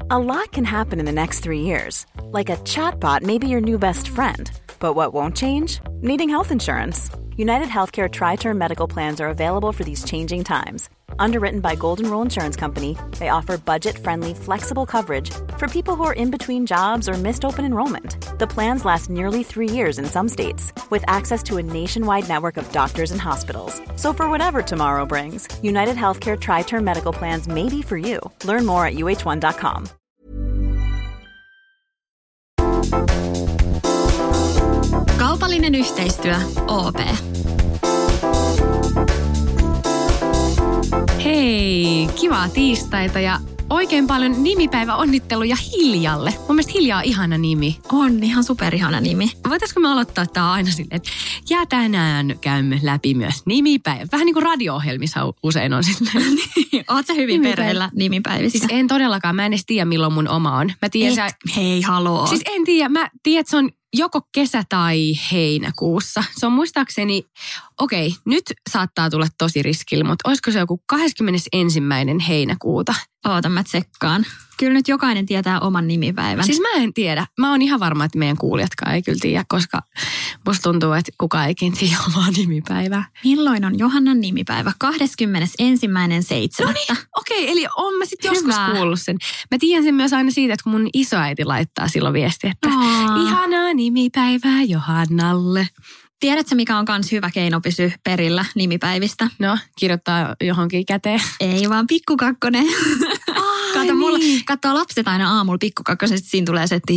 A lot can happen in the next 3 years. Like a chatbot may be your new best friend. But what won't change? Needing health insurance. United Healthcare Tri-Term Medical Plans are available for these changing times. Underwritten by Golden Rule Insurance Company, they offer budget-friendly, flexible coverage for people who are in between jobs or missed open enrollment. The plans last nearly 3 years in some states, with access to a nationwide network of doctors and hospitals. So for whatever tomorrow brings, United Healthcare Tri-Term Medical Plans may be for you. Learn more at uh1.com. Kaupallinen yhteistyö, OP. Hei, kivaa tiistaita ja oikein paljon nimipäiväonnitteluja Hiljalle. Mun mielestä Hilja on ihana nimi. On ihan superihana nimi. Voitaisko me aloittaa tää aina silleen, että ja tänään käymme läpi myös nimipäivä. Vähän niin kuin radio-ohjelmissa usein on silleen. Oot sä hyvin pereillä nimipäivissä? Siis en todellakaan, mä en edes tiedä milloin mun oma on. Mä tiedän, hei haloo. Siis en tiedä, mä tiedän, että se on joko kesä- tai heinäkuussa. Se on muistaakseni, okei, nyt saattaa tulla tosi riskillä, mutta olisiko se joku 21. heinäkuuta? Oota, mä tsekkaan. Kyllä nyt jokainen tietää oman nimipäivän. Siis mä en tiedä. Mä oon ihan varma, että meidän kuulijatkaan ei kyllä tiedä, koska musta tuntuu, että kukaan ei tiedä omaa nimipäivää. Milloin on Johannan nimipäivä? 21.7. No niin, okei, eli on mä sitten joskus kuullut sen. Mä tiedän sen myös aina siitä, että kun mun isoäiti laittaa silloin viestiä, että ihanaa nimipäivää Johannalle. Tiedätkö, mikä on kans hyvä keino pysyä perillä nimipäivistä? No, kirjoittaa johonkin käteen. Ei vaan pikkukakkonen. Kato lapset aina aamulla pikkukakkosesta, siinä tulee se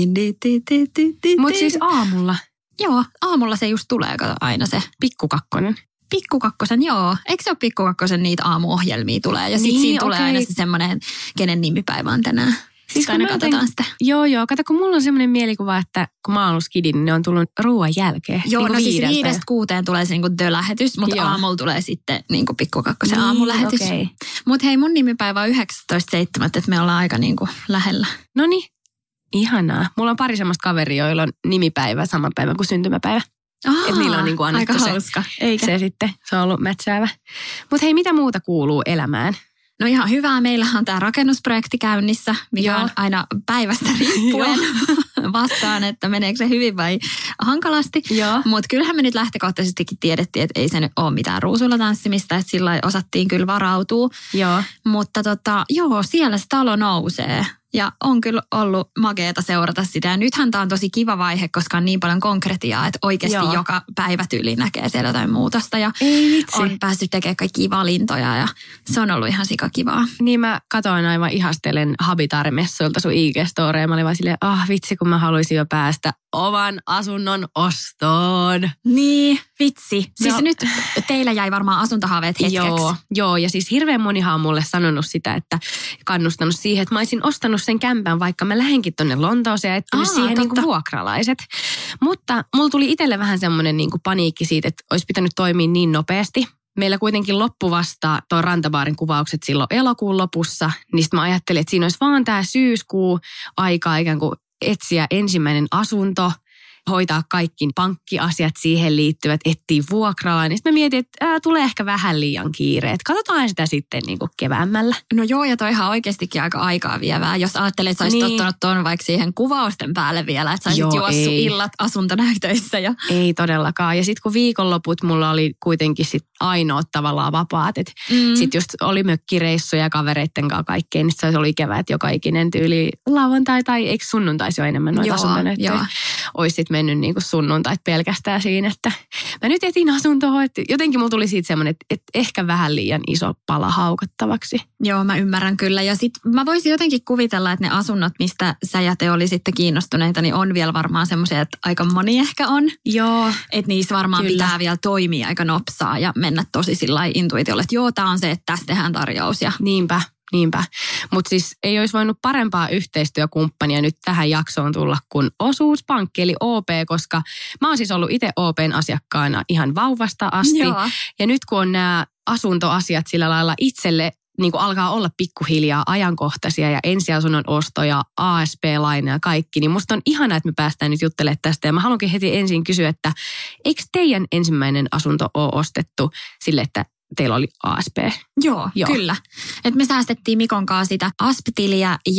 Mutta siis aamulla? Joo, aamulla se just tulee, kato aina se. Pikkukakkonen? Pikkukakkosen, joo. Eikö se ole pikkukakkosen niitä aamuohjelmia tulee? Ja sitten siinä tulee aina se semmoinen, kenen nimipäivä on tänään. Siis aina katsotaan sitä. Joo. Kato, kun mulla on semmoinen mielikuva, että kun mä oon ollut skidi, niin ne on tullut ruoan jälkeen. Joo, niin no siis 5-6 tulee se niinku the-lähetys, mutta aamulla tulee sitten niinku pikkukakkosen aamulähetys. Okay. Mutta hei, mun nimipäivä on 19.7, että me ollaan aika niinku lähellä. Noniin, ihanaa. Mulla on pari semmoista kaveria, joilla on nimipäivä saman päivän kuin syntymäpäivä. Että niillä on niinku annettu aika hauska. Eikä. Se sitten, se on ollut mätsäävä. Mutta hei, mitä muuta kuuluu elämään? No ihan hyvää. Meillähän on tämä rakennusprojekti käynnissä, mikä on aina päivästä riippuen vastaan, että meneekö se hyvin vai hankalasti. Mutta kyllähän me nyt lähtökohtaisestikin tiedettiin, että ei se nyt ole mitään ruusuilla tanssimista, että sillä osattiin kyllä varautua. Joo. Mutta siellä se talo nousee. Ja on kyllä ollut makeeta seurata sitä. Ja nythän tämä on tosi kiva vaihe, koska on niin paljon konkretiaa, että oikeasti joka päivä tyyli näkee siellä jotain muutosta. Ja on päässyt tekemään kaikkia valintoja ja se on ollut ihan sikakivaa. Niin mä katoin aivan ihastelen Habitaarimessuilta sun IG-storeja. Mä olin vaan silleen, vitsi kun mä haluaisin jo päästä oman asunnon ostoon. Niin, vitsi. Siis nyt teillä jäi varmaan asuntohaaveet hetkeksi. Joo, ja siis hirveän monihan on mulle sanonut sitä, että kannustanut siihen, että mä olisin ostanut sen kämpän, vaikka mä lähenkin tonne Lontooseen ja etsinyt siihen niin kuin vuokralaiset. Mutta mulla tuli itselle vähän semmoinen niin kuin paniikki siitä, että olisi pitänyt toimia niin nopeasti. Meillä kuitenkin loppu vasta tuon Rantabaarin kuvaukset silloin elokuun lopussa, niin mä ajattelin, että siinä olisi vaan tämä syyskuu aikaa ikään kuin etsiä ensimmäinen asunto, hoitaa kaikki pankkiasiat siihen liittyvät, etsiä vuokralla. Niin sitten mä mietin, että tulee ehkä vähän liian kiire. Että katsotaan sitä sitten niin kuin keväämällä. No joo, ja toihan oikeastikin aika aikaa vievää. Jos ajattelet, että sä olisit ottanut tuon vaikka siihen kuvausten päälle vielä, että sä olisit juossut illat asuntonäytöissä. Ei todellakaan. Ja sitten kun viikonloput mulla oli kuitenkin sit ainoat tavallaan vapaat. Sitten just oli mökkireissuja kavereitten kanssa kaikkeen, niin se oli ikävä, että joka ikinen tyyli lauantai tai eikö sunnuntaisi jo enemmän noita asuntonäyttöjä. Olisi sitten mennyt niin kuin sunnuntait pelkästään siinä, että mä nyt etin asuntoa. Että jotenkin mulla tuli siitä semmoinen, että ehkä vähän liian iso pala haukattavaksi. Joo, mä ymmärrän kyllä. Ja sitten mä voisin jotenkin kuvitella, että ne asunnot, mistä sä ja te oli sitten kiinnostuneita, niin on vielä varmaan semmoisia, että aika moni ehkä on. Joo. Että niissä varmaan pitää vielä toimia aika nopsaa ja mennä tosi sillä intuitiolla, että joo, tää on se, että tässä tehdään tarjous. Ja Niinpä. Mutta siis ei olisi voinut parempaa yhteistyökumppania nyt tähän jaksoon tulla kuin Osuuspankki eli OP, koska mä oon siis ollut itse OPn asiakkaana ihan vauvasta asti. Joo. Ja nyt kun on nämä asuntoasiat sillä lailla itselle niin kuin alkaa olla pikkuhiljaa ajankohtaisia ja ensiasunnon ostoja, ASP-laina ja kaikki, niin musta on ihanaa, että me päästään nyt juttelemaan tästä. Ja mä haluankin heti ensin kysyä, että eikö teidän ensimmäinen asunto ole ostettu sille, että teillä oli ASP? Joo. Kyllä. Et me säästettiin Mikon kanssa sitä ASP-tiliä ja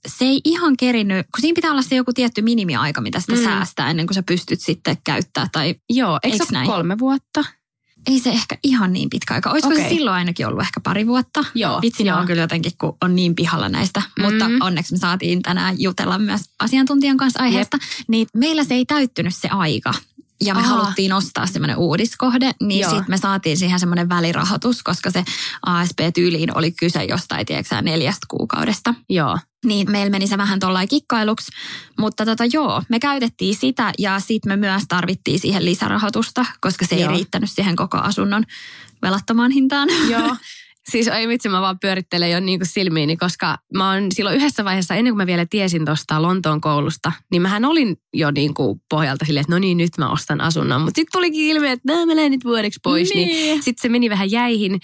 se ei ihan kerinyt, kun siinä pitää olla se joku tietty minimiaika, mitä sitä säästää ennen kuin sä pystyt sitten käyttää. Tai, joo, eikö se ole 3 vuotta? Ei se ehkä ihan niin pitkä aika. Olisiko se silloin ainakin ollut ehkä 2 vuotta? Joo. Vitsi, on kyllä jotenkin, kun on niin pihalla näistä. Mutta onneksi me saatiin tänään jutella myös asiantuntijan kanssa aiheesta. Niin meillä se ei täyttynyt se aika. Ja me haluttiin ostaa semmoinen uudiskohde, niin sitten me saatiin siihen semmoinen välirahoitus, koska se ASP-tyyliin oli kyse jostain, tiedätkö 4 kuukaudesta. Joo. Niin meillä meni se vähän tollain kikkailuksi, mutta me käytettiin sitä ja sitten me myös tarvittiin siihen lisärahoitusta, koska se ei riittänyt siihen koko asunnon velattomaan hintaan. Joo. Siis ei vitsi, mä vaan pyörittelen jo niin kuin silmiini, koska mä oon silloin yhdessä vaiheessa, ennen kuin mä vielä tiesin tuosta Lontoon koulusta, niin mähän olin jo niin kuin pohjalta silleen, että no niin, nyt mä ostan asunnon. Mutta sitten tulikin ilme, että mä lähden nyt vuodeksi pois, niin sitten se meni vähän jäihin.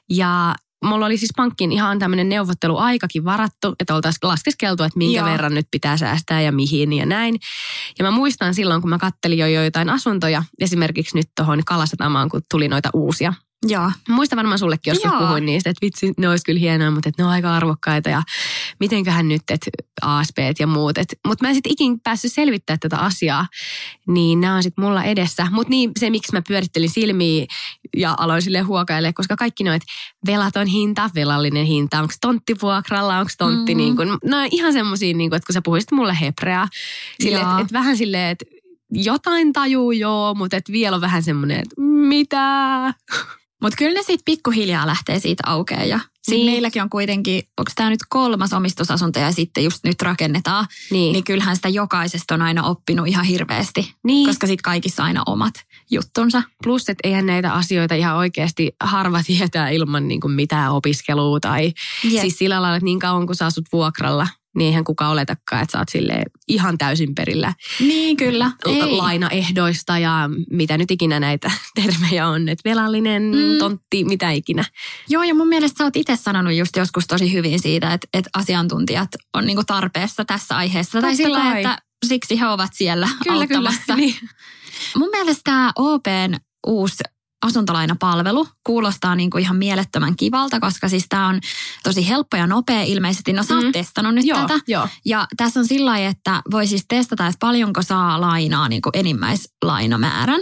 Ja mulla oli siis pankkiin ihan tämmöinen neuvotteluaikakin varattu, että oltaisiin laskeskeltu, että minkä verran nyt pitää säästää ja mihin ja näin. Ja mä muistan silloin, kun mä kattelin jo joitain asuntoja, esimerkiksi nyt tuohon Kalasatamaan, kun tuli noita uusia. Joo. Muistan varmaan sullekin joskus puhuin niistä, että vitsi, ne olisi kyllä hienoja, mutta että ne on aika arvokkaita ja mitenköhän nyt, että ASP:t ja muut. Mutta mä en sitten ikin päässyt selvittämään tätä asiaa, niin nämä on sitten mulla edessä. Mutta niin se, miksi mä pyörittelin silmiä ja aloin silleen huokailemaan, koska kaikki noit velaton hinta, velallinen hinta, onko tontti vuokralla, onko tontti niin kuin, no ihan semmosia niin kuin, että kun sä puhuisit mulle hebreaa, silleen, että vähän silleen, että jotain tajuu mutta että vielä on vähän semmoinen, että mitä? Mutta kyllä ne sitten pikkuhiljaa lähtee siitä aukeaa ja sitten meilläkin on kuitenkin, onko tämä nyt 3. omistusasunto ja sitten just nyt rakennetaan, niin kyllähän sitä jokaisesta on aina oppinut ihan hirveästi, koska sitten kaikissa aina omat juttunsa. Plus, että eihän näitä asioita ihan oikeasti harva tietää ilman niin kuin mitään opiskelua tai siis sillä lailla, että niin kauan kun sä asut vuokralla, niin eihän kukaan oletakaan, että sä oot silleen ihan täysin perillä. Niin, kyllä. Lainaehdoista ja mitä nyt ikinä näitä termejä on, että velallinen, tontti, mitä ikinä. Joo, ja mun mielestä sä oot itse sanonut just joskus tosi hyvin siitä, että asiantuntijat on niinku tarpeessa tässä aiheessa. Tai sillä, että siksi he ovat siellä auttamassa. Kyllä, niin. Mun mielestä tämä OP:n uusi asuntolainapalvelu kuulostaa niinku ihan mielettömän kivalta, koska siis tämä on tosi helppo ja nopea ilmeisesti. No sä oot testannut nyt tätä. Joo. Ja tässä on sillä lailla, että voi siis testata, että paljonko saa lainaa niinku enimmäislainamäärän.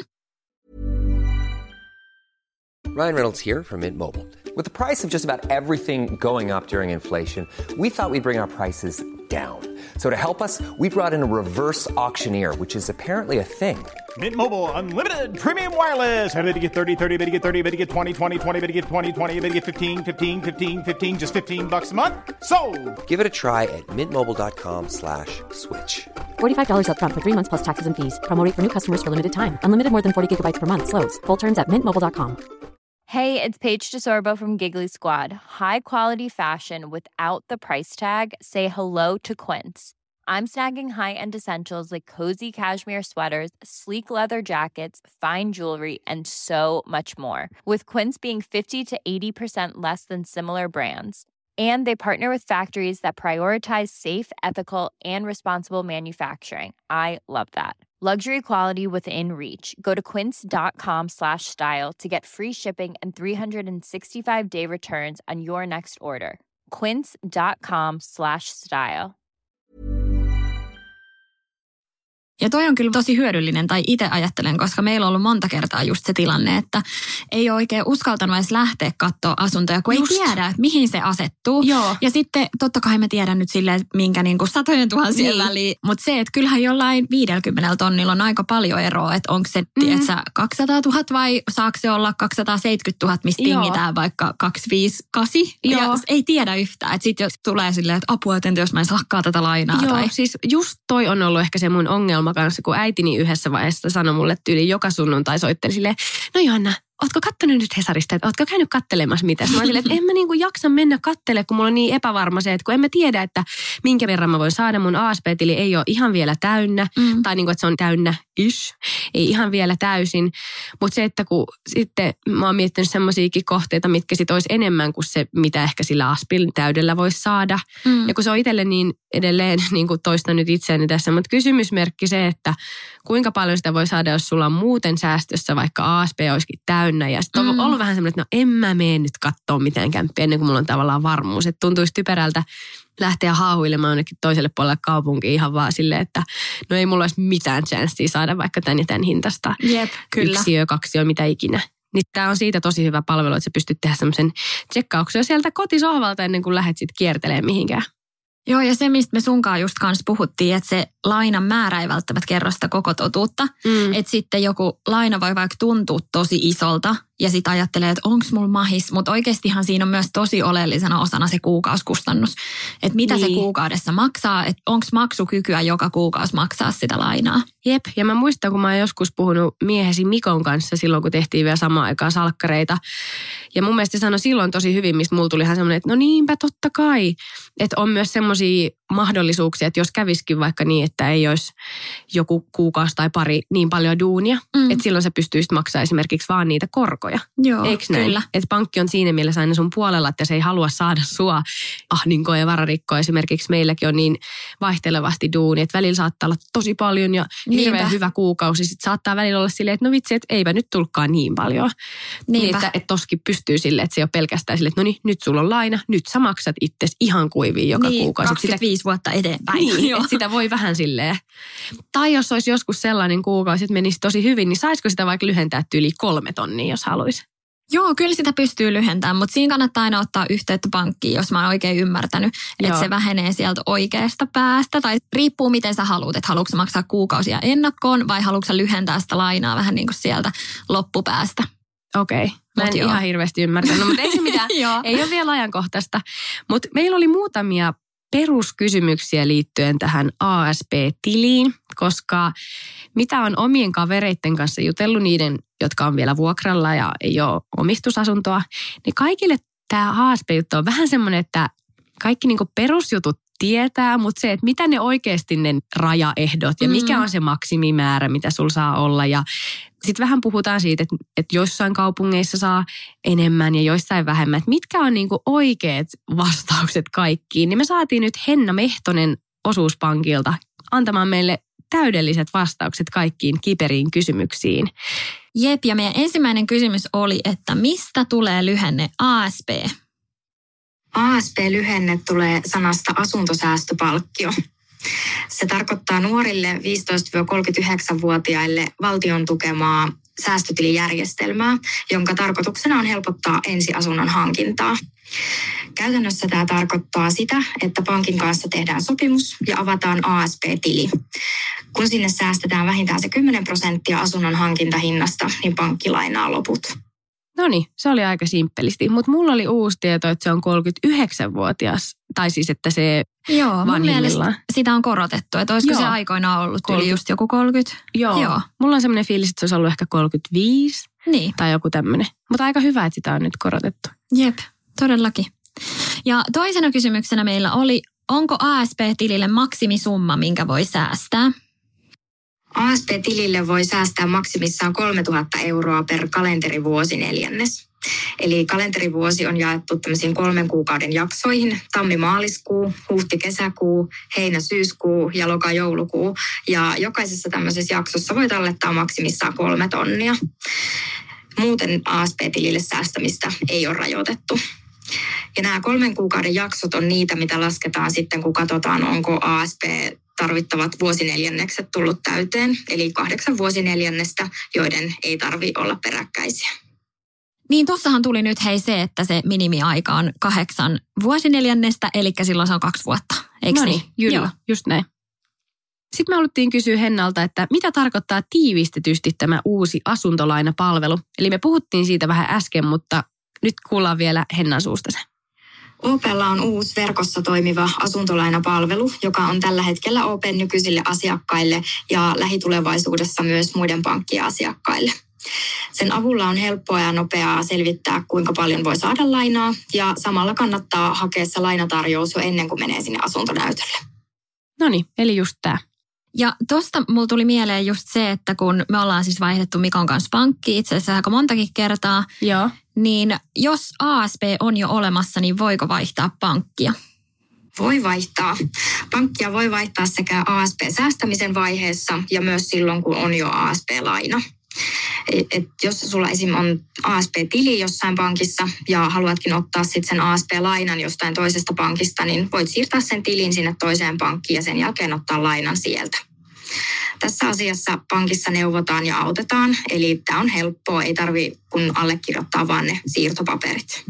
Ryan Reynolds here from Mint Mobile. With the price of just about everything going up during inflation, we thought we'd bring our prices down. So to help us, we brought in a reverse auctioneer, which is apparently a thing. Mint Mobile Unlimited Premium Wireless. How to get 30, 30, how to get 30, how to get 20, 20, 20, how to get 20, 20, how to get 15, 15, 15, 15, just $15 a month? Sold! Give it a try at mintmobile.com/switch. $45 up front for 3 months plus taxes and fees. Promo rate for new customers for limited time. Unlimited more than 40 gigabytes per month. Slows full terms at mintmobile.com. Hey, it's Paige DeSorbo from Giggly Squad. High quality fashion without the price tag. Say hello to Quince. I'm snagging high-end essentials like cozy cashmere sweaters, sleek leather jackets, fine jewelry, and so much more. With Quince being 50 to 80% less than similar brands. And they partner with factories that prioritize safe, ethical, and responsible manufacturing. I love that. Luxury quality within reach. Go to quince.com/style to get free shipping and 365-day returns on your next order. Quince.com/style. Ja toi on kyllä tosi hyödyllinen, tai itse ajattelen, koska meillä on ollut monta kertaa just se tilanne, että ei ole oikein uskaltanut edes lähteä katsoa asuntoja, kun just ei tiedä, että mihin se asettuu. Joo. Ja sitten totta kai mä tiedän nyt silleen, minkä niin kuin 100 000 väliin, mutta se, että kyllähän jollain 50 tonnilla on aika paljon eroa, että onko se, tiedätkö, 200 000 vai saako se olla 270 000, mistä tingitään vaikka 258. Ja ei tiedä yhtään, että sitten jos tulee silleen, että apua, että jos mä en saakaan tätä lainaa. Joo, tai... siis just toi on ollut ehkä se mun ongelma kanssa, kun äitini yhdessä vaiheessa sanoi mulle tyyli joka sunnuntai soitteli silleen, no Johanna, ootko kattonut nyt Hesarista, että ootko käynyt kattelemassa mitään? Mä olin silleen, että en mä niinku jaksa mennä kattelemaan, kun mulla on niin epävarma se, että kun en mä tiedä, että minkä verran mä voin saada. Mun ASP-tili ei ole ihan vielä täynnä, tai niinku, että se on täynnä-ish, ei ihan vielä täysin. Mutta se, että kun sitten mä oon miettinyt semmoisiakin kohteita, mitkä sit olisi enemmän kuin se, mitä ehkä sillä ASPin täydellä voisi saada. Ja kun se on itselle niin edelleen, niin kuin toistan nyt itseäni tässä, mutta kysymysmerkki se, että kuinka paljon sitä voi saada, jos sulla on muuten säästössä, vaikka ASP olisikin täynnä. Ja sitten on ollut vähän semmoinen, että no en mä mene nyt katsoa mitään kämppiä ennen kuin mulla on tavallaan varmuus. Että tuntuisi typerältä lähteä haahuilemaan jonnekin toiselle puolelle kaupunkiin ihan vaan silleen, että no ei mulla olisi mitään chanssiä saada vaikka tän ja tän hintasta. Jep, kyllä. 1 yö, 2 yö, mitä ikinä. Niin tämä on siitä tosi hyvä palvelu, että sä pystyt tehdä semmoisen tsekkauksen sieltä kotisohvalta ennen kuin lähdet sitten kiertelemään mihinkään. Joo, ja se, mistä me sunkaan just kanssa puhuttiin, että se lainan määrä ei välttämättä kerro sitä koko totuutta. Että sitten joku laina voi vaikka tuntua tosi isolta ja sitten ajattelee, että onko mulla mahis, mutta oikeastihan siinä on myös tosi oleellisena osana se kuukausikustannuus. Että mitä se kuukaudessa maksaa, että onko maksukykyä joka kuukausi maksaa sitä lainaa. Jep, ja mä muistan, kun mä oon joskus puhunut miehesi Mikon kanssa silloin, kun tehtiin vielä samaan aikaan salkkareita. Ja mun mielestä se sanoi silloin tosi hyvin, mistä mulla tuli ihan semmoinen, että no niinpä totta kai. Että on myös semmoisia mahdollisuuksia, että jos käviskin vaikka niin, että ei olisi joku kuukausi tai pari niin paljon duunia, että silloin sä pystyisit maksaa esimerkiksi vaan niitä korkoja. Joo, eikö näin? kyllä. Että pankki on siinä mielessä aina sun puolella, että se ei halua saada sua ahdinkoa ja vararikkoa. Esimerkiksi meilläkin on niin vaihtelevasti duuni, että välillä saattaa olla tosi paljon ja hirveän hyvä kuukausi. Sitten saattaa välillä olla silleen, että no vitsi, että eipä nyt tulkaan niin paljon. Niin, että toskin pystyy silleen, että se ei ole pelkästään silleen, että no niin, nyt sulla on laina, nyt sä maksat itsesi ihan kuiviin joka kuukausi. 25 vuotta eteenpäin. Niin, että sitä voi vähän silleen. Tai jos olisi joskus sellainen kuukausi, että menisi tosi hyvin, niin saisiko sitä vaikka lyhentää yli 3 tonnia, jos haluaisi? Joo, kyllä sitä pystyy lyhentämään, mutta siinä kannattaa aina ottaa yhteyttä pankkiin, jos mä oon oikein ymmärtänyt, että se vähenee sieltä oikeasta päästä. Tai riippuu miten sä haluat, että haluatko maksaa kuukausia ennakkoon vai haluatko sä lyhentää sitä lainaa vähän niin kuin sieltä loppupäästä. Okei. Mä en ihan hirveästi ymmärtänyt, mutta ei se mitään. Ei ole vielä ajankohtaista. Mutta meillä oli muutamia peruskysymyksiä liittyen tähän ASP-tiliin, koska mitä on omien kavereiden kanssa jutellut niiden, jotka on vielä vuokralla ja ei ole omistusasuntoa, niin kaikille tämä ASP-juttu on vähän semmoinen, että kaikki niinku perusjutut tietää, mutta se, että mitä ne oikeasti ne rajaehdot ja mikä on se maksimimäärä, mitä sulla saa olla. Ja sitten vähän puhutaan siitä, että joissain kaupungeissa saa enemmän ja joissain vähemmän. Että mitkä on niinku oikeat vastaukset kaikkiin. Niin me saatiin nyt Henna Mehtonen Osuuspankilta antamaan meille täydelliset vastaukset kaikkiin kiperiin kysymyksiin. Jep, ja meidän ensimmäinen kysymys oli, että mistä tulee lyhenne ASP? ASP-lyhenne tulee sanasta asuntosäästöpalkkio. Se tarkoittaa nuorille 15-39-vuotiaille valtion tukemaa säästötilijärjestelmää, jonka tarkoituksena on helpottaa ensiasunnon hankintaa. Käytännössä tämä tarkoittaa sitä, että pankin kanssa tehdään sopimus ja avataan ASP-tili. Kun sinne säästetään vähintään se 10% asunnon hankintahinnasta, niin pankki lainaa loput. No niin, se oli aika simppelisti, mutta mulla oli uusi tieto, että se on 39-vuotias, tai siis että se mun mielestä sitä on korotettu, että olisiko se aikoinaan ollut yli just joku 30? Joo. Mulla on semmoinen fiilis, että se olisi ollut ehkä 35 tai joku tämmöinen, mutta aika hyvä, että sitä on nyt korotettu. Jep, todellakin. Ja toisena kysymyksenä meillä oli, onko ASP-tilille maksimisumma, minkä voi säästää? ASP-tilille voi säästää maksimissaan 3 000 euroa per kalenterivuosi neljännes. Eli kalenterivuosi on jaettu tämmöisiin 3 kuukauden jaksoihin, tammi-maaliskuu, huhti-kesäkuu, heinä-syyskuu ja loka-joulukuu. Ja jokaisessa tämmöisessä jaksossa voi tallettaa maksimissaan 3 tonnia. Muuten ASP-tilille säästämistä ei ole rajoitettu. Ja nämä 3 kuukauden jaksot on niitä, mitä lasketaan sitten, kun katsotaan, onko ASP tarvittavat vuosineljännekset tullut täyteen. Eli 8 vuosineljännestä, joiden ei tarvitse olla peräkkäisiä. Niin tossahan tuli nyt se, että se minimiaika on 8 vuosineljännestä, eli silloin se on 2 vuotta, eikö niin? Kyllä, just näin. Sitten me haluttiin kysyä Hennalta, että mitä tarkoittaa tiivistetysti tämä uusi asuntolainapalvelu. Eli me puhuttiin siitä vähän äsken, mutta nyt kuullaan vielä Hennan suusta se. OP:lla on uusi verkossa toimiva asuntolainapalvelu, joka on tällä hetkellä OP:n nykyisille asiakkaille ja lähitulevaisuudessa myös muiden pankkien asiakkaille. Sen avulla on helppoa ja nopeaa selvittää, kuinka paljon voi saada lainaa ja samalla kannattaa hakea se lainatarjous jo ennen kuin menee sinne asuntonäytölle. Noniin, eli just tämä. Ja tosta mulla tuli mieleen just se, että kun me ollaan siis vaihdettu Mikon kanssa pankkiin itse asiassa aika montakin kertaa, niin jos ASP on jo olemassa, niin voiko vaihtaa pankkia? Voi vaihtaa. Pankkia voi vaihtaa sekä ASP-säästämisen vaiheessa ja myös silloin, kun on jo ASP-laina. Et jos sulla esim. On ASP-tili jossain pankissa ja haluatkin ottaa sitten sen ASP-lainan jostain toisesta pankista, niin voit siirtää sen tilin sinne toiseen pankkiin ja sen jälkeen ottaa lainan sieltä. Tässä asiassa pankissa neuvotaan ja autetaan, eli tämä on helppoa, ei tarvitse kun allekirjoittaa vaan ne siirtopaperit.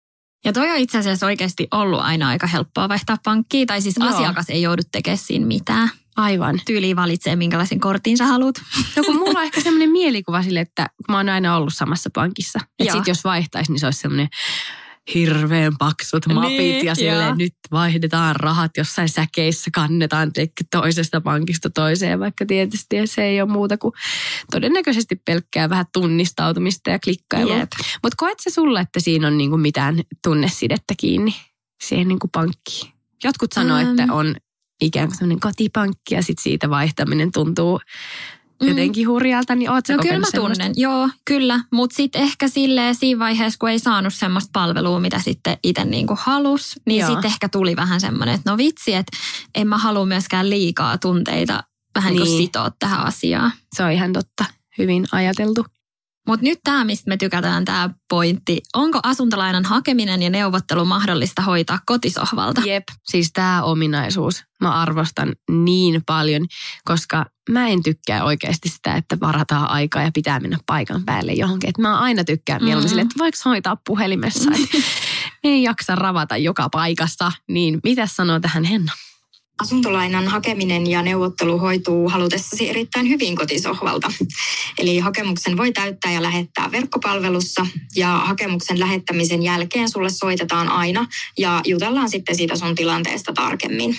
Ja toi on itse asiassa oikeasti ollut aina aika helppoa vaihtaa pankkiin, tai siis asiakas ei joudu tekemään siinä mitään. Aivan. Tyyliin valitsee, minkälaisen kortin sä haluat. No kun mulla on ehkä semmoinen mielikuva sille, että mä oon aina ollut samassa pankissa. Että sit jos vaihtaisi, niin se olisi semmoinen hirveän paksut mapit niin, ja silleen nyt vaihdetaan rahat jossain säkeissä, kannetaan toisesta pankista toiseen, vaikka tietysti se ei ole muuta kuin todennäköisesti pelkkää vähän tunnistautumista ja klikkailua. Mutta koet sä sulle, että siinä on niinku mitään tunnesidettä kiinni siihen niinku pankkiin? Jotkut sanoo, että on ikään kuin semmoinen kotipankki ja sitten siitä vaihtaminen tuntuu jotenkin hurjalta, niin oot sä No kyllä mä semmoista? tunnen, joo, kyllä. Mutta sitten ehkä silleen siinä vaiheessa, kun ei saanut semmoista palvelua, mitä sitten itse niinku halusi, niin sitten ehkä tuli vähän semmoinen, että no vitsi, että en mä halua myöskään liikaa tunteita vähän niin kuin sitoa tähän asiaan. Se on ihan totta, hyvin ajateltu. Mutta nyt tämä, mistä me tykätään, tämä pointti. Onko asuntolainan hakeminen ja neuvottelu mahdollista hoitaa kotisohvalta? Jep, siis tämä ominaisuus mä arvostan niin paljon, koska mä en tykkää oikeasti sitä, että varataan aikaa ja pitää mennä paikan päälle johonkin. Et mä aina tykkään mieluummin sille, että voiko hoitaa puhelimessa, että ei jaksa ravata joka paikassa. Niin mitä sanoo tähän Henna? Asuntolainan hakeminen ja neuvottelu hoituu halutessasi erittäin hyvin kotisohvalta. Eli hakemuksen voi täyttää ja lähettää verkkopalvelussa ja hakemuksen lähettämisen jälkeen sulle soitetaan aina ja jutellaan sitten siitä sun tilanteesta tarkemmin.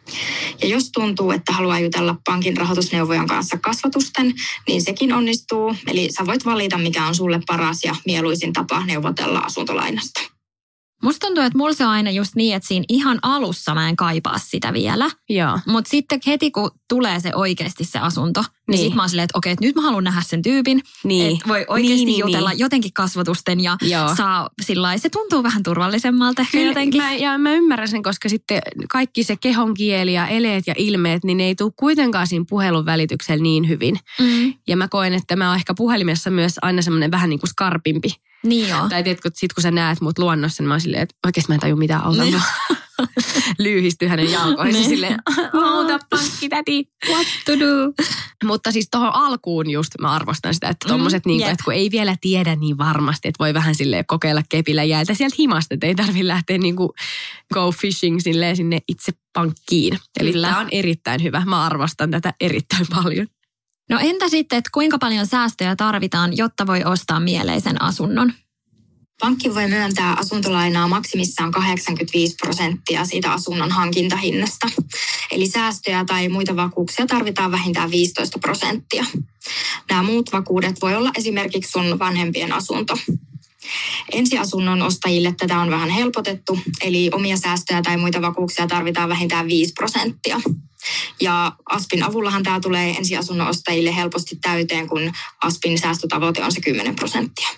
Ja jos tuntuu, että haluaa jutella pankin rahoitusneuvojan kanssa kasvatusten, niin sekin onnistuu. Eli sä voit valita, mikä on sulle paras ja mieluisin tapa neuvotella asuntolainasta. Musta tuntuu, että mulla se on aina just niin, että siinä ihan alussa mä en kaipaa sitä vielä. Mutta sitten heti kun tulee se oikeasti se asunto, niin sit mä oon silleen, että okei, että nyt mä haluan nähdä sen tyypin. Niin. Että voi oikeasti jutella jotenkin kasvatusten ja saa sillai, se tuntuu vähän turvallisemmalta ehkä jotenkin. Mä ymmärrän sen, koska sitten kaikki se kehon kieli ja eleet ja ilmeet, niin ne ei tule kuitenkaan siinä puhelun välityksellä niin hyvin. Ja mä koen, että mä oon ehkä puhelimessa myös aina semmoinen vähän niin kuin skarpimpi. Niin joo. Tai tiedätkö, sit kun sä näet mut luonnossa, niin mä oon silleen, että oikeesti mä en taju mitään, auta mua. Lyyhistyy hänen jalkoihin silleen, auta pankkitäti, what to do. Mutta siis tohon alkuun just mä arvostan sitä, että tommoset niinku, että kun ei vielä tiedä niin varmasti, että voi vähän silleen kokeilla kepillä jäältä sieltä himasta, että ei tarvitse lähteä niinku go fishing silleen sinne itse pankkiin. Eli tää on erittäin hyvä, mä arvostan tätä erittäin paljon. No entä sitten, että kuinka paljon säästöjä tarvitaan, jotta voi ostaa mieleisen asunnon? Pankki voi myöntää asuntolainaa maksimissaan 85% siitä asunnon hankintahinnasta. Eli säästöjä tai muita vakuuksia tarvitaan vähintään 15%. Nämä muut vakuudet voi olla esimerkiksi sun vanhempien asunto. Ensiasunnon ostajille tätä on vähän helpotettu, eli omia säästöjä tai muita vakuuksia tarvitaan vähintään 5%. Ja Aspin avullahan tämä tulee ensiasunnon ostajille helposti täyteen, kun Aspin säästötavoite on se 10%.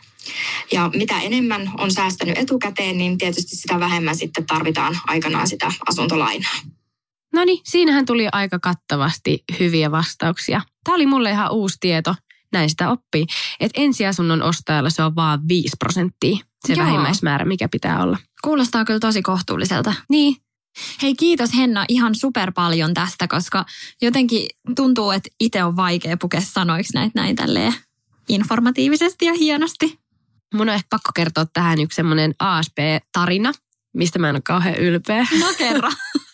Ja mitä enemmän on säästänyt etukäteen, niin tietysti sitä vähemmän sitten tarvitaan aikanaan sitä asuntolainaa. No niin, siinähän tuli aika kattavasti hyviä vastauksia. Tämä oli mulle ihan uusi tieto. Näin sitä oppii, että ensiasunnon ostajalla se on vaan 5%, se vähimmäismäärä, mikä pitää olla. Kuulostaa kyllä tosi kohtuulliselta. Niin. Hei, kiitos Henna ihan super paljon tästä, koska jotenkin tuntuu, että itse on vaikea pukea sanoiksi näin tälleen informatiivisesti ja hienosti. Mun on ehkä pakko kertoa tähän yksi semmoinen ASP-tarina, mistä mä en ole kauhean ylpeä. No kerro.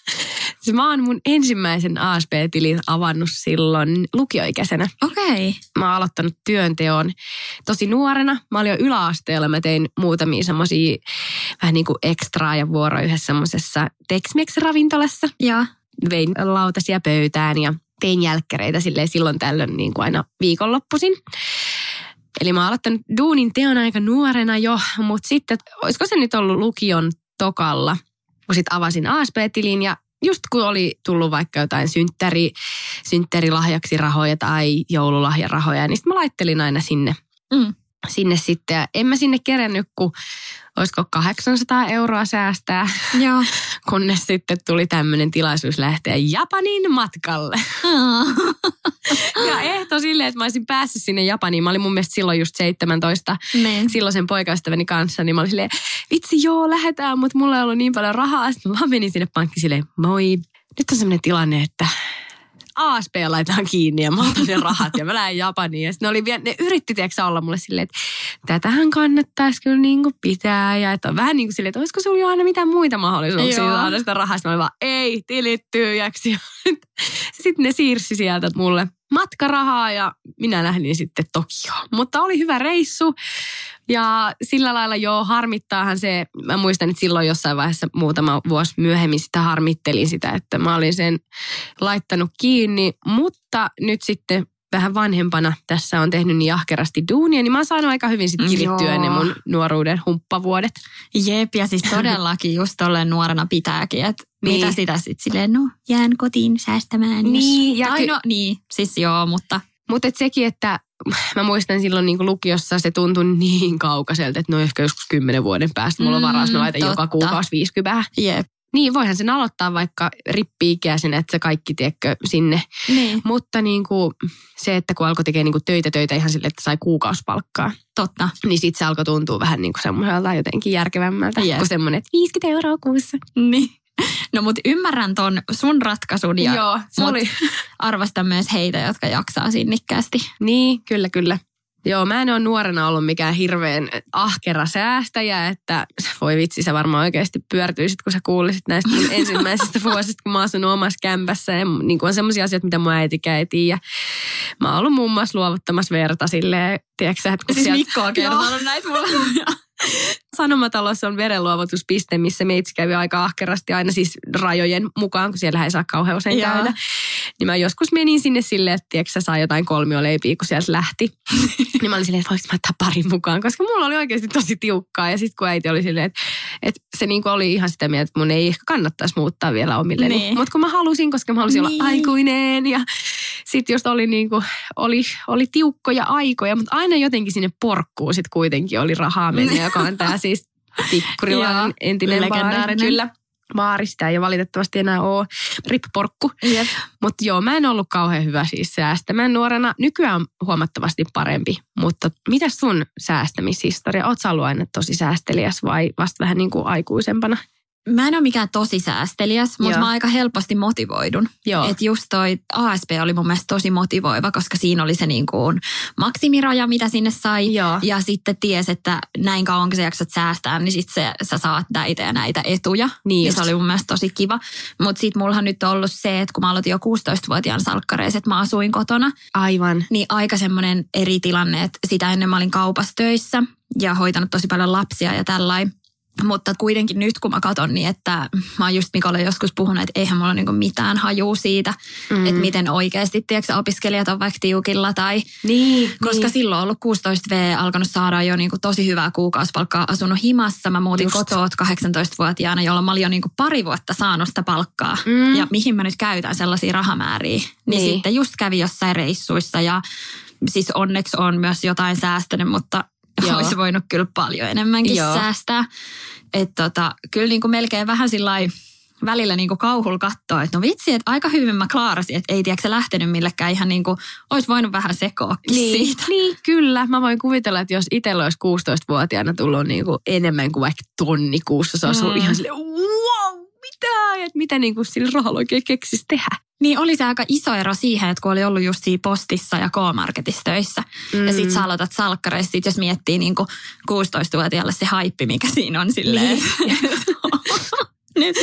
Mä oon mun ensimmäisen ASP-tilin avannut silloin lukioikäisenä. Okei. Mä oon aloittanut työnteon tosi nuorena. Mä olin jo yläasteella, mä tein muutamia semmosia vähän niin kuin ekstraa ja vuoroja yhdessä semmoisessa Tex-Mex-ravintolassa. Ja. Vein lautasia pöytään ja tein jälkkäreitä silloin tällöin niin kuin aina viikonloppuisin. Eli mä oon aloittanut duunin teon aika nuorena jo, mutta sitten olisiko se nyt ollut lukion tokalla, kun sit avasin ASP-tilin ja just kun oli tullut vaikka jotain synttärilahjaksi rahoja tai joululahjarahoja, niin sitten mä laittelin aina sinne sinne sitten. Ja en mä sinne kerennyt, kun olisiko 800 € säästää. Joo. Kunnes sitten tuli tämmöinen tilaisuus lähteä Japanin matkalle. Ja ehto silleen, että mä olisin päässyt sinne Japaniin. Mä olin mun mielestä silloin just 17 silloisen poikaystäväni kanssa. Niin mä olin silleen, vitsi joo, lähdetään, mutta mulla ei ollut niin paljon rahaa. Sitten mä vaan menin sinne pankkiin silleen, moi, nyt on semmoinen tilanne, että ASP laitetaan kiinni ja mä otan ne rahat ja mä lähden Japaniin. Ja sitten ne yritti tiedätkö olla mulle silleen, että tätähän kannattaisi kyllä niinku pitää. Ja että on vähän niin kuin silleen, että olisiko sulla jo aina mitään muita mahdollisuuksia saada sitä rahaa. Sitten mä olin vaan, ei, tilit tyhjäksi. Sitten ne siirsi sieltä mulle matkarahaa ja minä lähdin sitten Tokioon. Mutta oli hyvä reissu. Ja sillä lailla harmittaahan se, mä muistan, että silloin jossain vaiheessa muutama vuosi myöhemmin sitä harmittelin sitä, että mä olin sen laittanut kiinni, mutta nyt sitten vähän vanhempana tässä on tehnyt niin ahkerasti duunia, niin mä oon saanut aika hyvin sitten kivittyä ennen mun nuoruuden humppavuodet. Jep, ja siis todellakin just tolleen nuorena pitääkin, että mitä sitä sitten silleen, no jään kotiin säästämään. Niin, ja siis joo, mutta... Mutta sekin, että mä muistan silloin niin kuin lukiossa se tuntui niin kaukaiselta, että no ehkä joskus 10 vuoden päästä mulla on varaa, mä laitan joka kuukausi 50. Jep. Niin, voihan sen aloittaa vaikka rippi-ikäisenä, että se kaikki tiedätkö sinne. Niin. Mutta niin kuin se, että kun alkoi tekemään niin kuin töitä ihan sille, että sai kuukausipalkkaa. Totta. Niin sit se alkoi tuntua vähän niin kuin semmoiselta jotenkin järkevämmältä kuin semmoinen, että 50 € kuussa. Niin. No mut ymmärrän ton sun ratkaisun ja joo, se oli. Arvostan myös heitä, jotka jaksaa sinnikkäästi. Niin, kyllä. Joo, mä en ole nuorena ollut mikään hirveän ahkera säästäjä, että voi vitsi, sä varmaan oikeasti pyörtyisit, kun sä kuulisit näistä mun ensimmäisistä vuosista, kun mä oon asunut omassa kämpässä. Ja niin kuin on semmoisia asioita, mitä mun äitikään ei tiedä. Mä oon ollut muun muassa luovuttamassa verta silleen, tiedätkö sä, että kun siis Mikko on kertonut näitä mulle. Sanomatalossa on verenluovutuspiste, missä meitsi kävi aika ahkerasti aina siis rajojen mukaan, kun siellä ei saa kauhean usein käydä. Niin mä joskus menin sinne silleen, että tiedätkö, sä saa jotain kolmioleipiä, kun sieltä lähti. Niin mä olin silleen, että voinko mä ottaa parin mukaan, koska mulla oli oikeasti tosi tiukkaa. Ja sitten kun äiti oli silleen, että se niinku oli ihan sitä mieltä, että mun ei ehkä kannattaisi muuttaa vielä omilleni. Niin. Mutta kun mä halusin, koska mä halusin olla aikuinen ja sitten just oli niinku, oli tiukkoja aikoja, mutta aina jotenkin sinne porkkuun sitten kuitenkin oli rahaa mennä, joka on tää siis Tikkurilan entinen baari. Kyllä. Baari, sitä ei valitettavasti enää ole. Ripporkku. Yep. Mutta joo, mä en ollut kauhean hyvä siis säästämään nuorena. Nykyään on huomattavasti parempi. Mutta mitä sun säästämishistoria? Oot sä ollut aina tosi säästeliäs vai vasta vähän niin kuin aikuisempana? Mä en ole mikään tosi säästeliäs, mutta mä aika helposti motivoidun. Että just toi ASP oli mun mielestä tosi motivoiva, koska siinä oli se niin kuin maksimiraja, mitä sinne sai. Joo. Ja sitten ties, että näin kauan kun sä jaksat säästää, niin sitten sä saat näitä ja näitä etuja. Niin se oli mun mielestä tosi kiva. Mutta sitten mullahan nyt on ollut se, että kun mä aloitin jo 16-vuotiaan salkkareissa, että mä asuin kotona. Aivan. Niin aika semmoinen eri tilanne, että sitä ennen mä olin kaupassa töissä ja hoitanut tosi paljon lapsia ja tällainen. Mutta kuitenkin nyt, kun mä katson, niin että mä oon just Mikolle joskus puhunut, että eihän mulla niinku mitään hajua siitä, että miten oikeasti, tiedätkö, opiskelijat on vaikka tiukilla tai... Koska silloin on ollut 16V, alkanut saada jo niinku tosi hyvää kuukausipalkkaa, asunut himassa. Mä muutin kotoa 18-vuotiaana, jolloin mä olin jo niinku pari vuotta saanut sitä palkkaa. Ja mihin mä nyt käytän sellaisia rahamääriä. Niin sitten just kävi jossain reissuissa ja siis onneksi on myös jotain säästänyt, mutta... Olisi voinut kyllä paljon enemmänkin säästää. Että kyllä niin kuin melkein vähän sillai välillä niin kuin kauhulla kattoo, että no vitsi, että aika hyvin mä klaarasin, että ei tiedätkö lähtenyt millekään ihan niin kuin, olisi voinut vähän sekoakin siitä. Niin, kyllä. Mä voin kuvitella, että jos itsellä olisi 16-vuotiaana tullut niin kuin enemmän kuin vaikka tonni kuussa, se olisi ollut ihan silleen, wow, mitä? Että mitä niin kuin sillä rahalla oikein keksisi tehdä? Niin oli se aika iso ero siihen, että kun oli ollut just siinä postissa ja K-Marketissa töissä. Ja sit sä aloitat salkkareissa, sit jos miettii niin kuin 16-vuotiaalle se haippi, mikä siinä on silleen. Nyt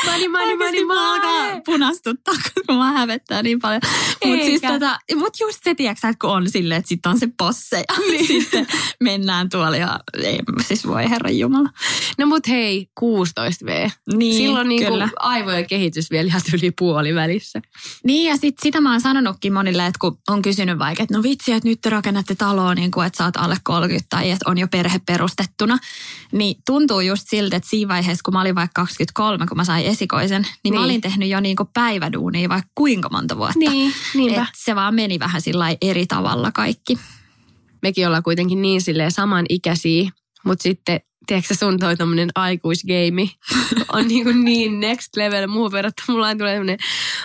Mä alkaa punastuttaa, kun mä hävettää niin paljon. Mutta siis mut just se, tiedätkö, kun on silleen, että sit on se posse ja sitten mennään tuolla ja ei, siis voi herran jumala. No mut hei, 16V. Niin, silloin niinku aivojen kehitys vielä ihan yli puolivälissä. Niin ja sit sitä mä oon sanonutkin monille, että kun on kysynyt vaikka, että no vitsi, että nyt te rakennatte taloa niin kuin, että sä oot alle 30 tai että on jo perhe perustettuna. Niin tuntuu just siltä, että siinä vaiheessa, kun mä olin vaikka 23, kun mä sain esikoisen, niin mä olin tehnyt jo niin kuin päiväduunia vaikka kuinka monta vuotta. Niin, niinpä. Et se vaan meni vähän sillai eri tavalla kaikki. mekin ollaan kuitenkin niin silleen samanikäisiä, mutta sitten tiedätkö sun toi tommonen aikuisgeimi on niin next level muuhun verrattuna. Mulla tulee semmoinen,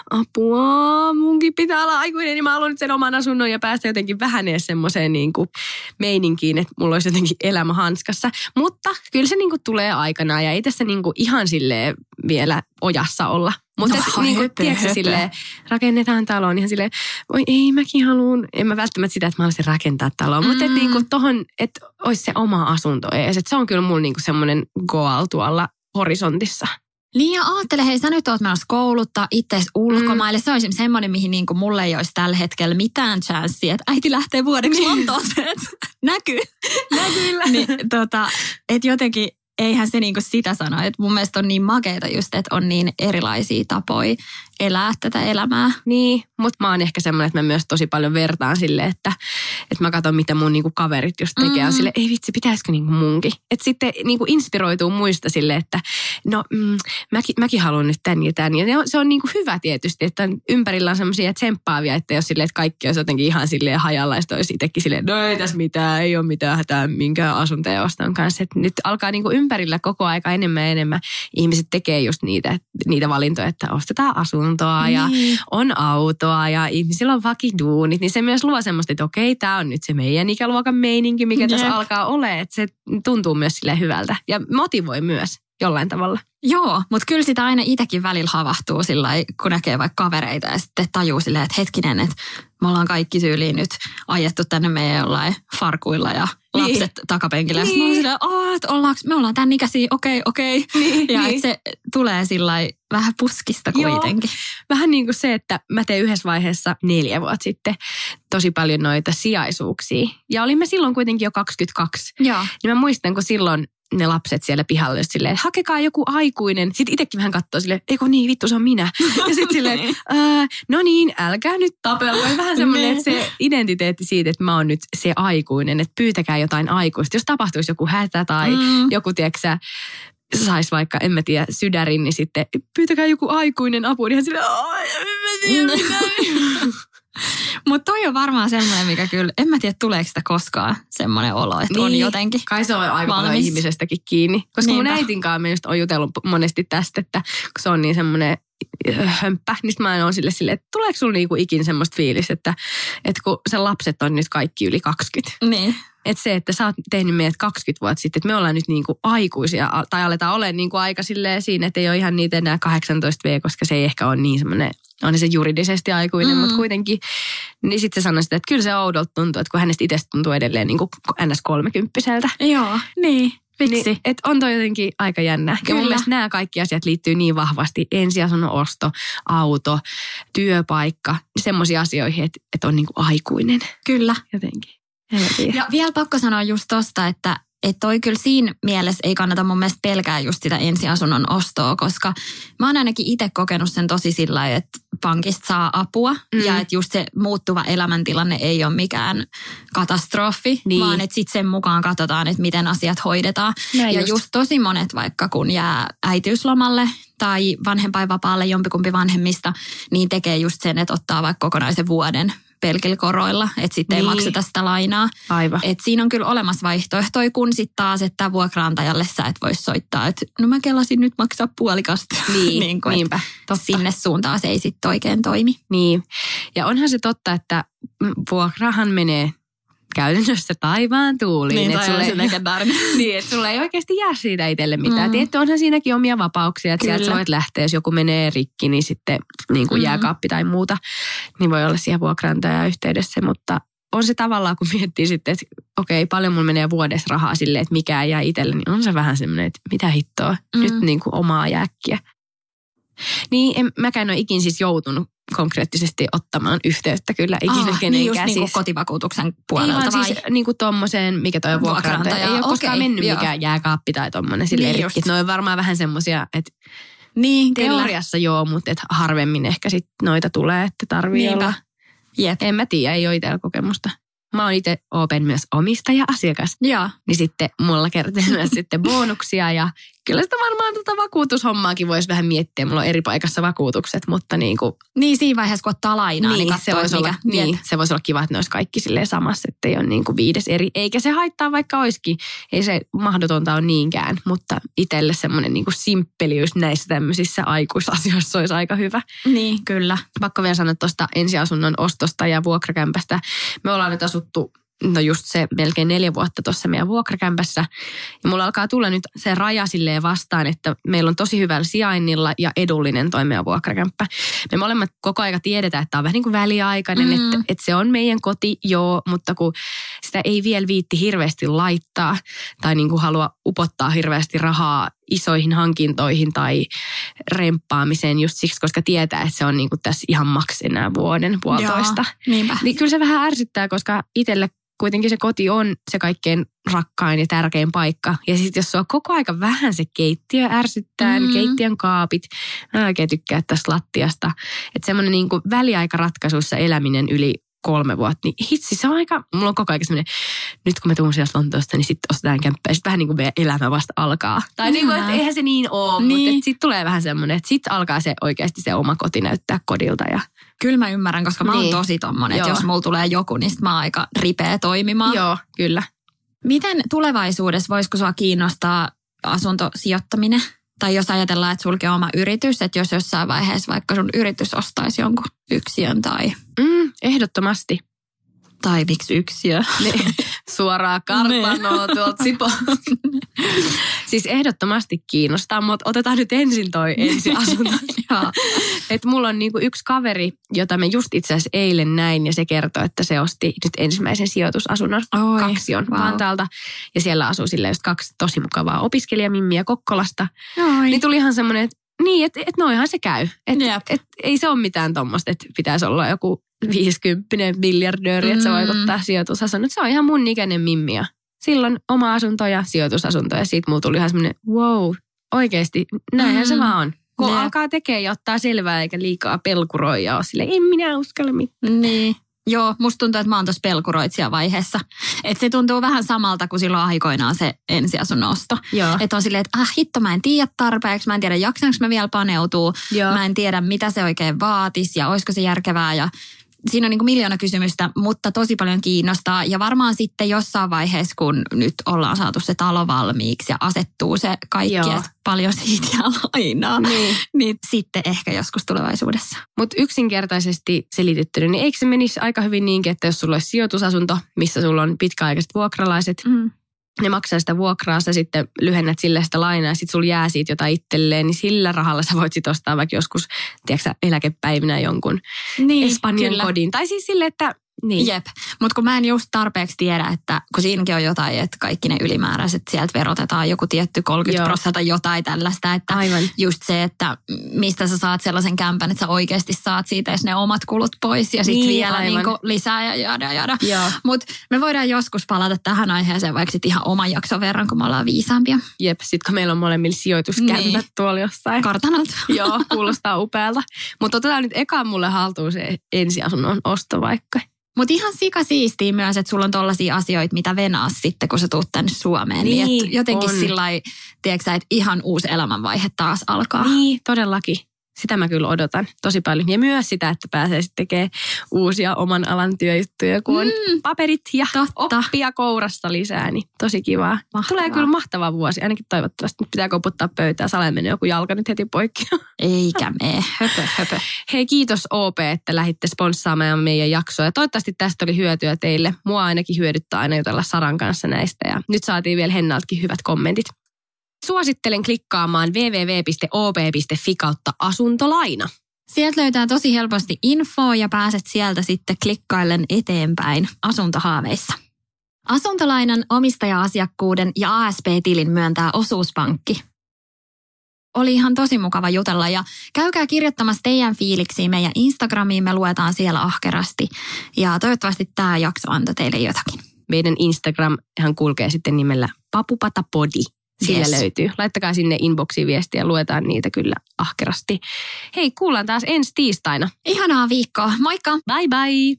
apua, munkin pitää olla aikuinen, niin mä haluan nyt sen oman asunnon ja päästä jotenkin vähän edes semmoiseen niinku meininkiin, että mulla olisi jotenkin elämä hanskassa. Mutta kyllä se niinku tulee aikanaan ja ei tässä niinku ihan silleen vielä ojassa olla. Mutta niinku, tiedätkö silleen, rakennetaan taloon ihan silleen, voi ei mäkin haluun, en mä välttämättä sitä, että mä haluaisin rakentaa taloa. Mutta niinku tohon, että olisi se oma asunto ees. Et se on kyllä mulla niinku semmoinen goal tuolla horisontissa. Niin ja ajattele, hei sä nyt oot menossa kouluttaa itseäsi ulkomaille. Se olisi semmoinen, mihin niinku mulle ei olisi tällä hetkellä mitään chanssia, että äiti lähtee vuodeksi Lontooseen. Näkyy. Näkyy. Niin, että jotenkin eihän se niinku sitä sano. Että mun mielestä on niin makeeta just, että on niin erilaisia tapoja elää tätä elämää. Niin, mutta mä oon ehkä semmoinen, että mä myös tosi paljon vertaan sille, että mä katson, mitä mun niinku kaverit just tekee. On sille, ei vitsi, pitäisikö niinku munkin. Että sitten niinku inspiroituu muista sille, että no mäkin haluan nyt tän ja tän. Ja se on niinku hyvä tietysti, että ympärillä on semmoisia tsemppaavia, että jos silleen, että kaikki olisi jotenkin ihan silleen hajalla, ja sitten olisi itsekin silleen, no ei tässä mitään, ei ole mitään hätää minkään asuntoja ostan kanssa. Että nyt alkaa niinku ympärillä koko aika enemmän ja enemmän ihmiset tekee just niitä valintoja, että ostetaan asuntoa ja on autoa ja ihmisillä on vakiduunit, niin se myös luo semmoista, että okei, tämä on nyt se meidän ikäluokan meininki, mikä tässä alkaa olemaan, että se tuntuu myös silleen hyvältä ja motivoi myös jollain tavalla. Joo, mutta kyllä sitä aina itsekin välillä havahtuu sillä kun näkee vaikka kavereita ja sitten tajuu silleen, että hetkinen, että me ollaan kaikki tyyliin nyt ajettu tänne meidän jollain farkuilla ja lapset takapenkillä. Niin. Ja sitten mä oon silleen, että me ollaan tämän ikäisiä, okei. Niin, ja että se tulee sillä vähän puskista kuitenkin. Joo. Vähän niin kuin se, että mä tein yhdessä vaiheessa 4 vuotta sitten tosi paljon noita sijaisuuksia. Ja olimme silloin kuitenkin jo 22. Joo. Niin mä muistan, kun silloin ne lapset siellä pihalla just silleen, että hakekaa joku aikuinen. Sitten itsekin vähän katsoo silleen, eikö niin, vittu se on minä. Ja sitten silleen, no niin, älkää nyt tapelko. Vähän semmoinen, että se identiteetti siitä, että mä oon nyt se aikuinen, että pyytäkää jotain aikuista. Jos tapahtuisi joku hätä tai joku, tiedätkö sais vaikka, en mä tiedä, sydärin, niin sitten pyytäkää joku aikuinen apu. Niin ihan silleen, en mä tiedä. Mutta toi on varmaan semmoinen, mikä kyllä, en mä tiedä tuleeko sitä koskaan semmoinen olo, että niin, on jotenkin kai se on aika paljon ihmisestäkin kiinni. Koska mun äitinkaan mä just oon jutellut monesti tästä, että kun se on niin semmoinen hömppä, niin sitten mä oon silleen, että tuleeko sulla niinku ikin semmoista fiilistä, että kun sen lapset on nyt kaikki yli 20. Niin. Että se, että sä oot tehnyt meidät 20 vuotta sitten, että me ollaan nyt niinku aikuisia, tai aletaan olemaan niinku aika silleen siinä, että ei ole ihan niitä enää 18V, koska se ei ehkä ole niin semmoinen, on se juridisesti aikuinen, mutta kuitenkin, niin sitten se sanoi sitä, että kyllä se oudolta tuntuu, että kun hänestä itsestä tuntuu edelleen niinku NS-30-vuotiaalta. Joo, niin. Vitsi. Niin, että on toi jotenkin aika jännä. Kyllä. Ja mun mielestä nämä kaikki asiat liittyy niin vahvasti. Ensiasunnon osto, auto, työpaikka, semmoisia asioihin, että on niinku aikuinen. Kyllä. Jotenkin. Ja vielä pakko sanoa just tosta, että toi kyllä siinä mielessä ei kannata mun mielestä pelkää just sitä ensiasunnon ostoa, koska mä oon ainakin itse kokenut sen tosi sillä lailla, että pankista saa apua ja että just se muuttuva elämäntilanne ei ole mikään katastrofi, vaan että sitten sen mukaan katsotaan, että miten asiat hoidetaan. Näin ja just tosi monet vaikka kun jää äitiyslomalle tai vanhempainvapaalle jompikumpi vanhemmista, niin tekee just sen, että ottaa vaikka kokonaisen vuoden pelkillä koroilla, että sitten ei makseta sitä lainaa. Aivan. Että siinä on kyllä olemassa vaihtoehtoja, kun sitten taas, että vuokraantajalle sä et voi soittaa, että no mä kelasin nyt maksaa puolikasta. Niin, niinpä. Sinne suuntaan se ei sitten oikein toimi. Niin, ja onhan se totta, että vuokrahan menee käytännössä taivaan tuuliin. Niin, tai on se legendaarinen. Niin, että sulla ei oikeasti jää siitä itselle mitään. Tietty onhan siinäkin omia vapauksia, että sieltä sä voit lähteä, jos joku menee rikki, niin sitten niin kuin jääkaappi tai muuta, niin voi olla siihen vuokraantajaan yhteydessä, mutta on se tavallaan, kun miettii sitten, että okei, paljon mulla menee vuodessa rahaa silleen, että mikään jää itselle, niin on se vähän semmoinen, että mitä hittoa, nyt niin kuin omaa jääkkiä. Niin, en mäkään ole ikin siis joutunut konkreettisesti ottamaan yhteyttä kyllä ikinä kenenkään. Niin just siis, niin kuin kotivakuutuksen puolelta ei, vai? Siis niin kuin tommoseen, mikä toi on vuokraantaja. Ei ole koskaan mennyt mikään jääkaappi tai tommonen silleen rikki. Ne on varmaan vähän semmosia, että niin, teoriassa joo, mutta et harvemmin ehkä sit noita tulee, että tarvii olla. Jep. En mä tiedä, ei ole itsellä kokemusta. Mä oon itse Open myös omistaja-asiakas. Joo. Niin sitten mulla kertoo myös sitten bonuksia ja Kyllä sitä varmaan vakuutushommaakin voisi vähän miettiä. Mulla on eri paikassa vakuutukset, mutta niinku... Niin, siinä vaiheessa, kun ottaa lainaa, niin se voisi olla, se voisi olla kiva, että ne olisi kaikki silleen samassa, että ei ole niinku 5 eri. Eikä se haittaa, vaikka olisikin. Ei se mahdotonta ole niinkään, mutta itselle semmoinen niinku simppeliys näissä tämmöisissä aikuisasioissa olisi aika hyvä. Niin, kyllä. Pakko vielä sanoa tuosta ensiasunnon ostosta ja vuokrakämpästä. Me ollaan nyt asuttu just se melkein 4 vuotta tuossa meidän vuokrakämpässä. Ja mulla alkaa tulla nyt se raja silleen vastaan, että meillä on tosi hyvällä sijainnilla ja edullinen toi meidän vuokrakämppä. Me molemmat koko aika tiedetään, että tämä on vähän niin kuin väliaikainen, että se on meidän koti, joo, mutta kun sitä ei vielä viitti hirveästi laittaa tai niin kuin halua upottaa hirveästi rahaa isoihin hankintoihin tai remppaamiseen just siksi, koska tietää, että se on niin kuin tässä ihan maks enää vuoden, puolitoista. Niin kyllä se vähän ärsyttää, koska itselle kuitenkin se koti on se kaikkein rakkain ja tärkein paikka. Ja sitten jos sua koko aika vähän se keittiö ärsyttää, niin keittiön kaapit, mä oikein tykkään tästä lattiasta. Että semmoinen niin kuin väliaikaratkaisuissa eläminen yli 3 vuotta, niin hitsi, se on aika, mulla on koko ajan semmoinen, nyt kun mä tuun sieltä Lontoosta, niin sitten ostetaan kämppää ja sitten vähän niin kuin meidän elämä vasta alkaa. Tai niin kuin, että eihän se niin ole, mutta sitten tulee vähän semmoinen, että sitten alkaa se oikeasti se oma koti näyttää kodilta ja... Kyllä mä ymmärrän, koska mä oon tosi tommonen, että jos mulla tulee joku, niin sit mä oon aika ripeä toimimaan. Joo, kyllä. Miten tulevaisuudessa, voisiko sua kiinnostaa asuntosijoittaminen? Tai jos ajatellaan, että sulki on oma yritys, että jos jossain vaiheessa vaikka sun yritys ostaisi jonkun yksiön tai... Ehdottomasti. Tai miksi yksiö? Suoraa kartanoa tuolta Sipo. Siis ehdottomasti kiinnostaa, mutta otetaan nyt ensin toi ensiasunto. Että mulla on niinku yksi kaveri, jota mä just itse asiassa eilen näin, ja se kertoo, että se osti nyt ensimmäisen sijoitusasunnon Kaksion Vantaalta. Ja siellä asuu silleen just 2 tosi mukavaa opiskelijamimmiä Kokkolasta. Niin tuli ihan semmoinen, että niin, että noihan se käy. Että ei se ole mitään tommoista, että pitäisi olla joku 50 miljardööri, että se vaikuttaa sijoitusasunnot. Se on ihan mun ikäinen mimmi ja silloin oma asunto ja sijoitusasunto. Ja siitä mulla tuli ihan semmoinen, wow, oikeasti näinhän se vaan on. Kun alkaa tekemään ja ottaa selvää eikä liikaa pelkuroi ja ole silleen, en minä uskalla mitään. Niin. Joo, musta tuntuu, että mä oon tuossa pelkuroitsijavaiheessa. Että se tuntuu vähän samalta kuin silloin aikoinaan se ensiasunnon osto. Että on silleen, että hitto, mä en tiedä tarpeeksi, mä en tiedä jaksanko mä vielä paneutua. Mä en tiedä, mitä se oikein vaatisi ja olisiko se järkevää ja... Siinä on niin kuin 1 000 000 kysymystä, mutta tosi paljon kiinnostaa. Ja varmaan sitten jossain vaiheessa, kun nyt ollaan saatu se talo valmiiksi ja asettuu se kaikki, että paljon siitä ja lainaa, niin sitten ehkä joskus tulevaisuudessa. Mutta yksinkertaisesti selitettynä, niin eikö se menisi aika hyvin niinkin, että jos sulla olisi sijoitusasunto, missä sulla on pitkäaikaiset vuokralaiset, ne maksaa sitä vuokraa, sä sitten lyhennät sille sitä lainaa ja sitten sulla jää siitä jotain itselleen, niin sillä rahalla sä voit sitten ostaa vaikka joskus, tiedätkö eläkepäivinä jonkun Espanjan kodin. Tai siis sille, että niin. Jep, mutta kun mä en just tarpeeksi tiedä, että kun siinäkin on jotain, että kaikki ne ylimääräiset sieltä verotetaan joku tietty 30% tai jotain tällaista, että just se, että mistä sä saat sellaisen kämpän, että sä oikeasti saat siitä edes ne omat kulut pois ja sitten vielä niinku lisää ja jada. Mutta me voidaan joskus palata tähän aiheeseen vaikka sitten ihan oman jakson verran, kun me ollaan viisaampia. Jep, sitten kun meillä on molemmilla sijoituskämpät tuolla jossain. Kartanalta. Joo, kuulostaa upealta. Mutta otetaan nyt eka mulle haltuun se ensiasunnon osto vaikka. Mutta ihan sikasiistii myös, että sulla on tollaisia asioita, mitä venaa sitten, kun sä tuut tänne Suomeen. Niin että jotenkin sillai, tiedätkö että ihan uusi elämänvaihe taas alkaa. Niin, todellakin. Sitä mä kyllä odotan tosi paljon. Ja myös sitä, että pääsee sitten tekemään uusia oman alan työjuttuja, kun on paperit ja oppia kourassa lisää. Niin tosi kivaa. Mahtavaa. Tulee kyllä mahtava vuosi. Ainakin toivottavasti. Nyt pitää koputtaa pöytää. Sale menee joku jalka nyt heti poikki. Eikä mene. Höpö. Hei, kiitos OP, että lähditte sponssaamaan meidän jaksoa. Ja toivottavasti tästä oli hyötyä teille. Mua ainakin hyödyttää aina jutella Saran kanssa näistä. Ja nyt saatiin vielä Hennaltakin hyvät kommentit. Suosittelen klikkaamaan www.op.fi/asuntolaina. Sieltä löytää tosi helposti infoa ja pääset sieltä sitten klikkaillen eteenpäin asuntohaaveissa. Asuntolainan omistaja-asiakkuuden ja ASP-tilin myöntää Osuuspankki. Oli ihan tosi mukava jutella ja käykää kirjoittamassa teidän fiiliksiä meidän Instagramiin, me luetaan siellä ahkerasti. Ja toivottavasti tämä jakso antoi teille jotakin. Meidän Instagram ihan kulkee sitten nimellä Papupatapodi. Sillä löytyy. Laittakaa sinne inboxiin viestiä ja luetaan niitä kyllä ahkerasti. Hei, kuullaan taas ensi tiistaina. Ihanaa viikkoa. Moikka! Bye bye!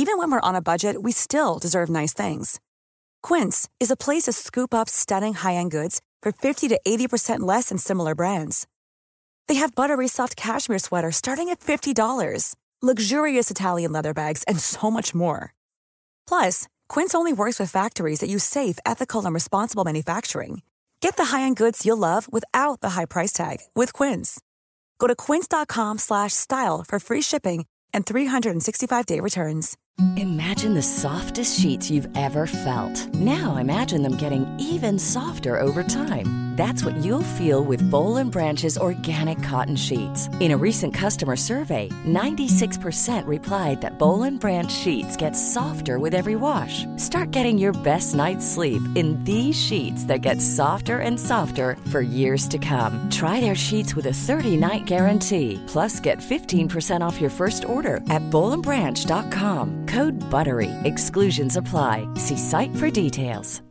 Even when we're on a budget, we still deserve nice things. Quince is a place to scoop up stunning high-end goods for 50 to 80% less than similar brands. They have buttery soft cashmere sweaters starting at $50, luxurious Italian leather bags, and so much more. Plus, Quince only works with factories that use safe, ethical, and responsible manufacturing. Get the high-end goods you'll love without the high price tag with Quince. Go to quince.com/style for free shipping and 365-day returns. Imagine the softest sheets you've ever felt. Now imagine them getting even softer over time. That's what you'll feel with Boll & Branch's organic cotton sheets. In a recent customer survey, 96% replied that Boll & Branch sheets get softer with every wash. Start getting your best night's sleep in these sheets that get softer and softer for years to come. Try their sheets with a 30-night guarantee. Plus, get 15% off your first order at bollandbranch.com. Code BUTTERY. Exclusions apply. See site for details.